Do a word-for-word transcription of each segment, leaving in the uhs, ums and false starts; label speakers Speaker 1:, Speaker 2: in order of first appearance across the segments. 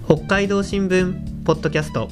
Speaker 1: 北海道新聞ポッドキャスト。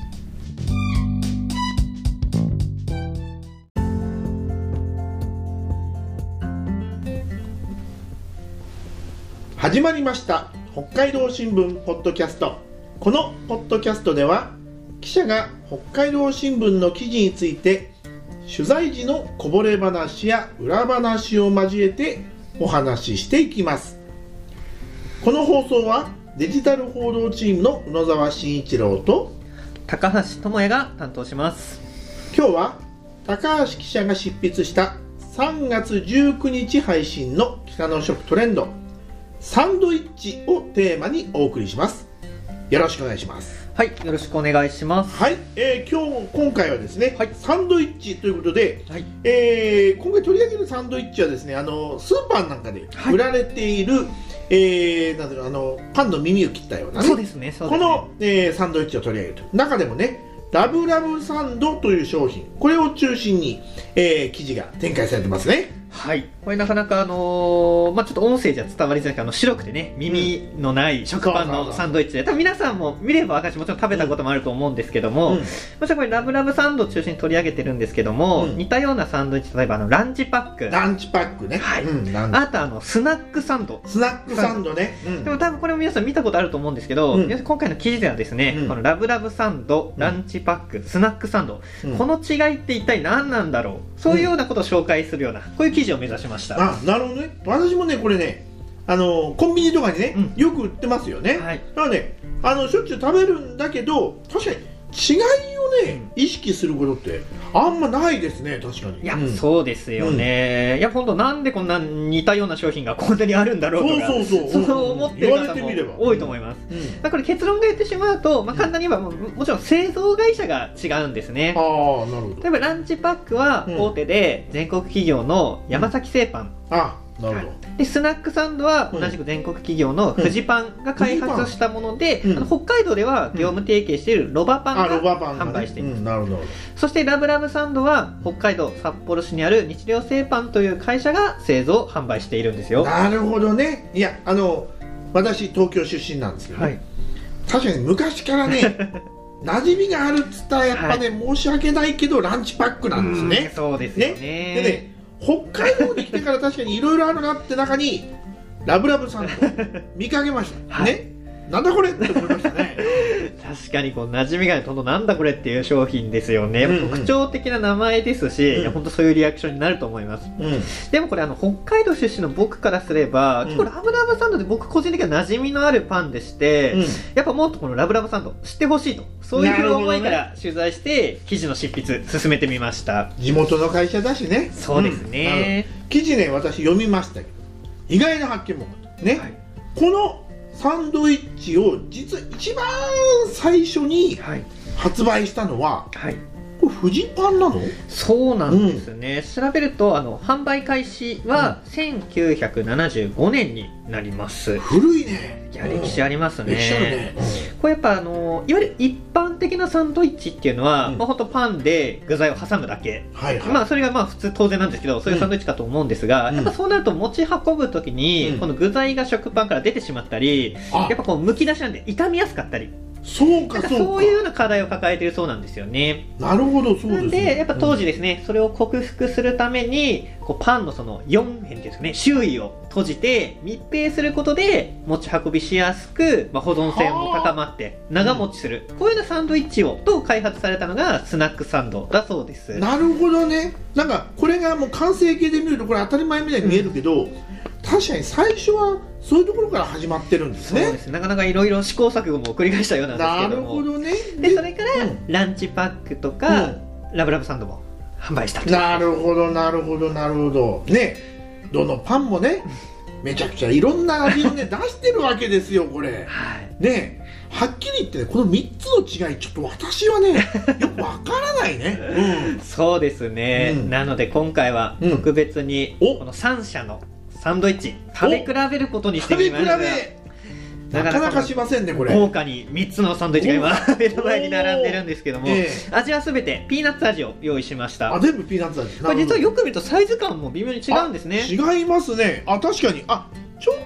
Speaker 2: 始まりました北海道新聞ポッドキャスト。このポッドキャストでは記者が北海道新聞の記事について取材時のこぼれ話や裏話を交えてお話ししていきます。この放送はデジタル報道チームの宇野沢慎一郎と
Speaker 1: 高橋智也が担当します。
Speaker 2: 今日は高橋記者が執筆したさんがつじゅうくにち配信の北の食トレンドサンドイッチをテーマにお送りします。よろしくお願いします。
Speaker 1: はい、よろしくお願いします。
Speaker 2: はい、えー、今日今回はですね、はい、サンドイッチということで、はい、えー、今回取り上げるサンドイッチはですね、あのスーパーなんかで売られている、はい、えー、なんだろう、あのパンの耳を切ったようなね、
Speaker 1: そうですね、そうですね、
Speaker 2: この、えー、サンドイッチを取り上げると。中でもね、ラブラブサンドという商品、これを中心に、えー、記事が展開されてますね。
Speaker 1: はい、これなかなかあのー、まあちょっと音声じゃ伝わりづらいけど、あの白くてね、耳のない食パンのサンドイッチで、多分皆さんも見れば私もちろん食べたこともあると思うんですけども、うん、もちろんこれラブラブサンドを中心に取り上げてるんですけども、うん、似たようなサンドイッチ、例えばあのランチパック、
Speaker 2: ランチパックね、
Speaker 1: はい、うん、あとあのスナックサンド、
Speaker 2: スナックサンドね、うん、
Speaker 1: でも多分これも皆さん見たことあると思うんですけど、うん、今回の記事ではですね、うん、このラブラブサンド、ランチパック、うん、スナックサンド、うん、この違いって一体何なんだろう、そういうようなことを紹介するような、こういう記事を目指しました。
Speaker 2: あ、なるほどね。私もね、これね、あのコンビニとかにね、うん、よく売ってますよね。はい、だからね、あのしょっちゅう食べるんだけど、確かに違いをね、うん、意識することってあんまないですね、確かに。
Speaker 1: いや、うん、そうですよね。うん、いや、本当なんでこんな似たような商品がこんなにあるんだろうとか、
Speaker 2: そうそうそう、
Speaker 1: そう思ってる方も多いと思います。うんうん、だから結論が言ってしまうと、まあ、簡単に言えば、ももちろん製造会社が違うんですね。
Speaker 2: ああ、なるほど。
Speaker 1: 例えばランチパックは大手で全国企業の山崎製パン。
Speaker 2: うん、あ、なるほど。
Speaker 1: でスナックサンドは同じく全国企業のフジパンが開発したもので、うん、あの北海道では業務提携しているロバパンが販売しています。
Speaker 2: なるほど。
Speaker 1: そしてラブラブサンドは北海道札幌市にある日糧製パンという会社が製造販売しているんですよ。
Speaker 2: なるほどね。いや、あの私東京出身なんですけど、ね、はい、確かに昔からね馴染みがあるっつったらやっぱね、はい、申し訳ないけどランチパックなんですね。
Speaker 1: そうですよね。
Speaker 2: ね、でね、北海道に来てから確かにいろいろあるなって中にラブラブサンド見かけました、はい、ね、なんだこれって思いましたね。
Speaker 1: 確かにこう馴染みがない、ほんとなんだこれっていう商品ですよね。うんうん、特徴的な名前ですし、うん、いや本当そういうリアクションになると思います。うん、でもこれあの北海道出身の僕からすれば、うん、結構ラブラブサンドで僕個人的には馴染みのあるパンでして、うん、やっぱもっとこのラブラブサンド知ってほしいと、そういう思いから取材して記事の執筆進めてみました。
Speaker 2: 地元の会社だしね。
Speaker 1: そうですね。
Speaker 2: うん、記事ね、私読みましたけど意外な発見もあったね。はい、このサンドイッチを実は一番最初に発売したのは、はい、これフジパンなの？
Speaker 1: そうなんですね。うん、調べるとあの販売開始はせんきゅうひゃくななじゅうごねんになります。
Speaker 2: 古いね。
Speaker 1: いや、歴史ありますね。
Speaker 2: 歴史あるね。
Speaker 1: うん、これやっぱあのいわゆる一般的なサンドイッチっていうのは、うん、まあ、ほんとパンで具材を挟むだけ、はいはい、まあそれがまあ普通当然なんですけど、そういうサンドイッチかと思うんですが、うん、やっぱそうなると持ち運ぶときに、うん、この具材が食パンから出てしまったり、やっぱこうむき出しなんで傷みやすかったり、
Speaker 2: そうかそうか、
Speaker 1: そういうような課題を抱えているそうなんですよね。
Speaker 2: なるほど、そうですね。
Speaker 1: なんでやっぱ当時ですね、うん、それを克服するためにこうパンのそのよん辺っていうんですかね、周囲を閉じて密閉することで持ち運びしやすく、まあ、保存性も高まって長持ちする、うん、こういうようなサンドイッチをと開発されたのがスナックサンドだそうです。
Speaker 2: なるほどね。なんかこれがもう完成形で見るとこれ当たり前みたいに見えるけど、うん、確かに最初はそういうところから始まってるんですね。
Speaker 1: そうです。なかなかいろいろ試行錯誤も繰り返したようなんですけども。
Speaker 2: なるほどね。
Speaker 1: でそれから、うん、ランチパックとか、うん、ラブラブサンドも販売したと。
Speaker 2: なるほどなるほどなるほどね。どのパンもね、めちゃくちゃいろんな味をね出してるわけですよこれ。はい、ね、はっきり言ってね、このみっつの違いちょっと私はねよくわからないね。
Speaker 1: うん、そうですね。うん、なので今回は特別にこのさんしゃのサンドイッチ食べ比べることにしてみました。
Speaker 2: 食べ比べなかなかしませんねこれ。
Speaker 1: 豪華にみっつのサンドイッチが今目の前に並んでるんですけども、えー、味はすべてピーナッツ味を用意しました。
Speaker 2: あ、全部ピーナッツ味。
Speaker 1: これ実はよく見るとサイズ感も微妙に違うんですね。
Speaker 2: 違いますね。あ、確かに。あ、ちょっ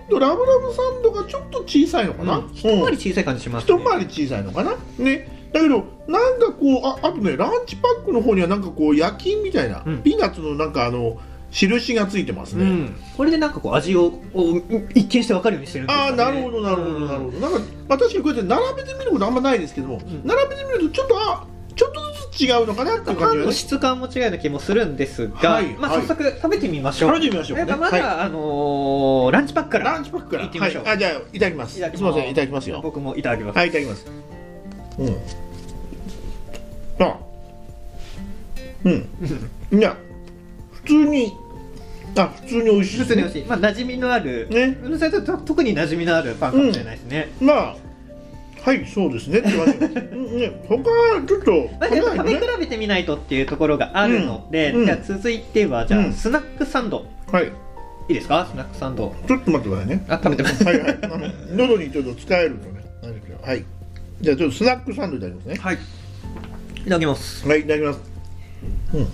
Speaker 2: とラブラブサンドがちょっと小さいのかな、
Speaker 1: うん、一回り小さい感じします
Speaker 2: ね、一回り小さいのかなね。だけどなんかこう あ, あとねランチパックの方にはなんかこう焼きみたいな、うん、ピーナッツのなんかあの印がついてますね、うん、
Speaker 1: これでなんかこう味を一見して分かるようにしてるんですかね。
Speaker 2: ああなるほどなるほどなるほど、なんか、まあ、確かにこうやって並べてみることあんまないですけども、うん、並べてみるとちょっとあちょっとずつ違うのかなっていう感じが、ね、
Speaker 1: パンの質感も違うような気もするんですが、はい、まあ、早速食べてみましょう。
Speaker 2: 食べてみましょう、ね、
Speaker 1: まずは、はい、あのー、ランチパックから
Speaker 2: ランチパックから
Speaker 1: いってみましょう、
Speaker 2: はい、あじゃあいただきます。すみませんいただきますよ。
Speaker 1: 僕もいただきます。
Speaker 2: はいいただきます。うんあうんいや普通にあ普通に美味しい、ね、
Speaker 1: 普通に美味しい、まあ、馴染みのある、ね、うるさいと特に馴染みのあるパンかもしれないですね、
Speaker 2: うん、まあはいそうですねって言われてね他ちょっと、
Speaker 1: まあ、やっぱ食べ比べてみないとっていうところがあるので、うん、じゃあ続いてはじゃあ、うん、スナックサンド、
Speaker 2: はいい
Speaker 1: いですか。スナックサンド
Speaker 2: ちょっと待ってくださいね。
Speaker 1: あ食べてます
Speaker 2: はいはいあの喉にちょっと使えるとねはいじゃあちょっとスナックサンドいただきますね。
Speaker 1: はいいただきます。
Speaker 2: はいいただきます。うん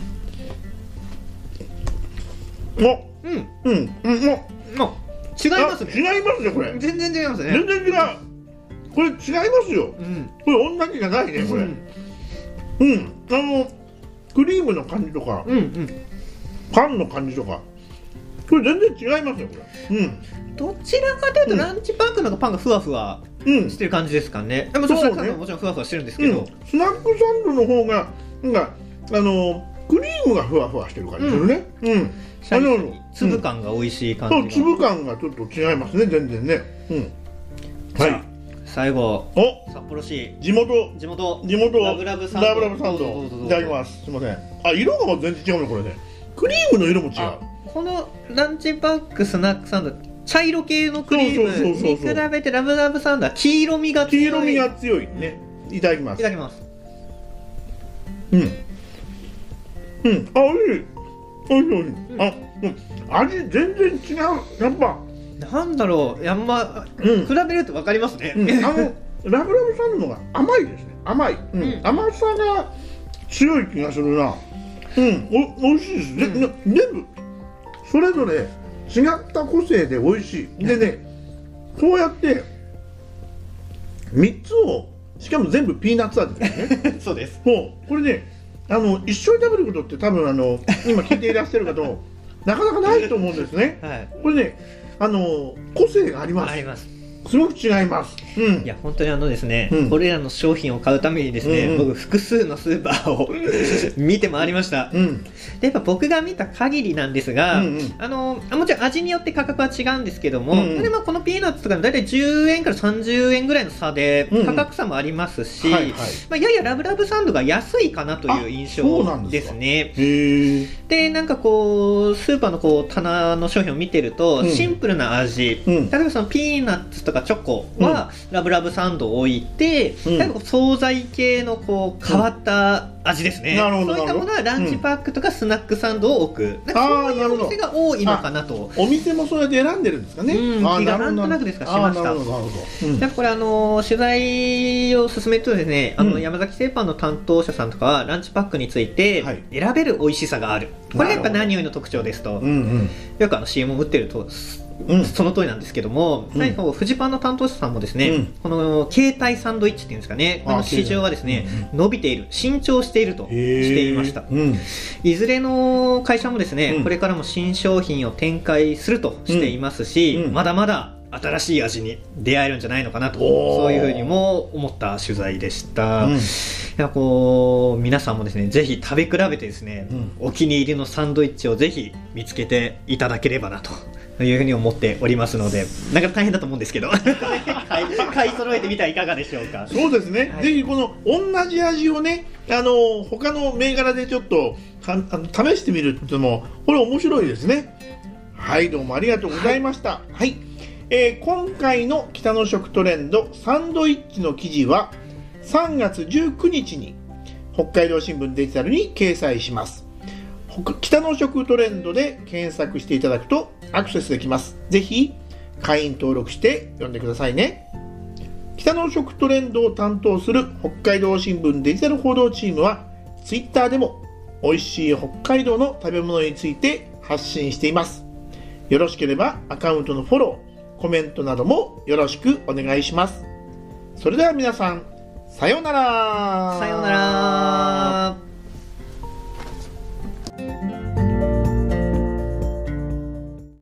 Speaker 2: おうんうんうんお違い
Speaker 1: ますね。
Speaker 2: 違いますねこれ。
Speaker 1: 全然違いますね。
Speaker 2: 全然違う。これ違いますよ。うん、これ同じじゃないねこれ。うん、うん、あのクリームの感じとか、うんうん、パンの感じとか、これ全然違いますよこれ。うん。
Speaker 1: どちらかというと、うん、ランチパックの方がパンがふわふわしてる感じですかね。でもスナックサンドももちろんふわふわしてるんですけど、うん、
Speaker 2: スナックサンドの方がなんかあのクリームがふわふわしてる感じするね。うん。うん
Speaker 1: あの粒感が美味しい感じが、
Speaker 2: うん、そう粒感がちょっと違いますね全然ね。うん。はい。
Speaker 1: 最後
Speaker 2: お
Speaker 1: 札幌市
Speaker 2: 地元
Speaker 1: 地元
Speaker 2: 地元
Speaker 1: ラブラブサンド
Speaker 2: ラブラブサンドいただきます。すみません。あ色が全然違うねこれね。クリームの色も違う。
Speaker 1: このランチパックスナックサンド茶色系のクリームに比べてラブラブサンドは黄色みが強い。
Speaker 2: 黄色みが強いね。いただきます。
Speaker 1: いただきます。
Speaker 2: うんうんあ美味しい美味しい美味しい。あうん味全然違うやっぱ。
Speaker 1: なんだろう、やんま、うん、比べると分かりますね、
Speaker 2: うん、あのラブラブサンドのが甘いですね甘い、うんうん、甘さが強い気がするな。うんおおいしいです、うん、で全部それぞれ違った個性で美味しいでねこうやってみっつをしかも全部ピーナッツ味ですね
Speaker 1: そうです
Speaker 2: もうこれねあの一緒に食べることって多分あの今聞いていらっしゃる方なかなかないと思うんですね、はい、これねあの個性があります。あります。すごく違います。
Speaker 1: うん、いや本当にあのですね、うん、これらの商品を買うためにですね、うんうん、僕複数のスーパーを見て回りました。うん、でやっぱ僕が見た限りなんですが、うんうん、あのもちろん味によって価格は違うんですけども、うんうん、でまあこのピーナッツとかだいたいじゅうえんからさんじゅうえんぐらいの差で価格差もありますし、うんうんはいはいまあ、ややラブラブサンドが安いかなという印象ですね。
Speaker 2: へ
Speaker 1: でなんかこうスーパーのこう棚の商品を見てると、うん、シンプルな味、うん、例えばそのピーナッツとかチョコはラブラブサンドを置いて、うん、例えば惣菜系のこう変わった味ですね、うん、そういったものはランチパックとかスナックサンドを置く、うん、なんかそういうお店が多いのかなと。
Speaker 2: お店もそれで選んでるんですかね、
Speaker 1: うん、気がなんとなくですかしました。やっぱこれあの取材を進めるとですね、あの山崎製パンの担当者さんとかはランチパックについて選べる美味しさがある、これがやっぱ何よりの特徴ですと、うんうん、よくあの シーエム を打ってるとうん、その通りなんですけども、うん、フジパンの担当者さんもですね、うん、この携帯サンドイッチっていうんですかね、この市場はですね、うん、伸びている、伸長しているとしていました、うん、いずれの会社もですね、うん、これからも新商品を展開するとしていますし、うん、まだまだ新しい味に出会えるんじゃないのかなと、そういうふうにも思った取材でした、うん、いやこう皆さんもですねぜひ食べ比べてですね、うん、お気に入りのサンドイッチをぜひ見つけていただければなとというふうに思っておりますので、なかなか大変だと思うんですけど買い、買い揃えてみてはいかがでしょうか。
Speaker 2: そうですね、はい、ぜひこの同じ味をねあの他の銘柄でちょっとかあの試してみるっていうのもこれ面白いですね。はいどうもありがとうございました。はい、はいえー、今回の北の食トレンドサンドイッチの記事はさんがつじゅうくにちに北海道新聞デジタルに掲載します。北の食トレンドで検索していただくとアクセスできます。ぜひ会員登録して読んでくださいね。北の食トレンドを担当する北海道新聞デジタル報道チームはツイッターでも美味しい北海道の食べ物について発信しています。よろしければアカウントのフォローコメントなどもよろしくお願いします。それでは皆さん、さようなら。
Speaker 1: さようなら。